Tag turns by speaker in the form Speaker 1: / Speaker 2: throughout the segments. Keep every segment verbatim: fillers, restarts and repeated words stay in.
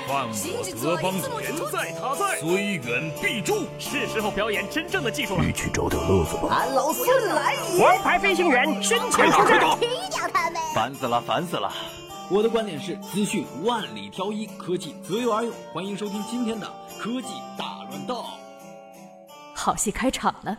Speaker 1: 犯我德邦人在他在，虽远必诛。
Speaker 2: 是时候表演真正的技术了。
Speaker 3: 一起找点乐子吧。
Speaker 4: 俺老孙来也！
Speaker 2: 王牌飞行员身前出战，
Speaker 5: 踢掉他们！
Speaker 6: 烦死了，烦死了！
Speaker 7: 我的观点是：资讯万里挑一，科技择优而用。欢迎收听今天的科技大乱斗。
Speaker 8: 好戏开场了。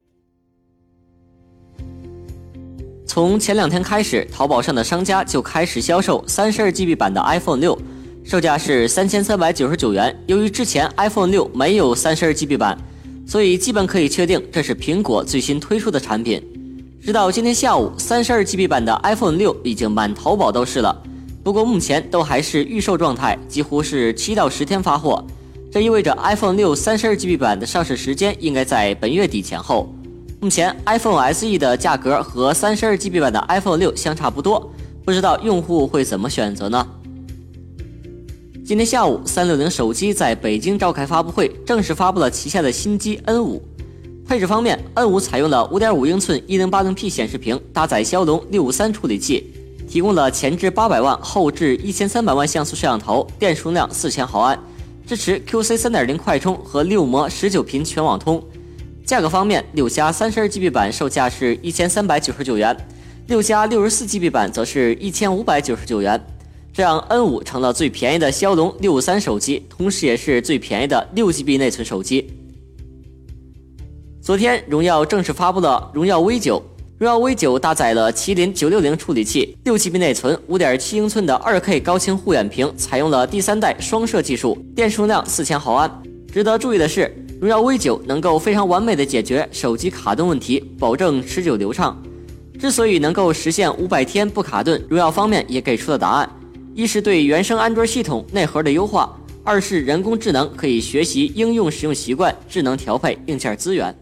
Speaker 9: 从前两天开始，淘宝上的商家就开始销售 三十二 G B 版的 iPhone 六，售价是三千三百九十九元。由于之前 iPhone 六没有 三十二 G B 版，所以基本可以确定这是苹果最新推出的产品。直到今天下午 ，三十二 G B 版的 iPhone 六已经满淘宝都是了，不过目前都还是预售状态，几乎是七到十天发货。这意味着 iPhone 六 三十二 G B 版的上市时间应该在本月底前后。目前 iPhone S E 的价格和 三十二 G B 版的 iPhone 六相差不多，不知道用户会怎么选择呢？今天下午，三六零手机在北京召开发布会，正式发布了旗下的新机 N 五。配置方面 ，N 五采用了 五点五英寸 一零八零P 显示屏，搭载骁龙六五三处理器，提供了前置八百万、后置一千三百万像素摄像头，电池容量四千毫安，支持 Q C 三点零 快充和六模十九频全网通。价格方面，六加 三十二 G B 版售价是一千三百九十九元，六加 六十四 G B 版则是一千五百九十九元。这样 N 五成了最便宜的骁龙六五三手机，同时也是最便宜的 六 G B 内存手机。昨天，荣耀正式发布了荣耀 V 九， 荣耀 V 九搭载了麒麟九六零处理器， 六 G B 内存， 五点七英寸的 二 K 高清护眼屏，采用了第三代双摄技术，电池容量四千毫安。值得注意的是，荣耀 V 九 能够非常完美的解决手机卡顿问题，保证持久流畅。之所以能够实现五百天不卡顿，荣耀方面也给出了答案：一是对原生安卓系统内核的优化，二是人工智能可以学习应用使用习惯，智能调配硬件资源。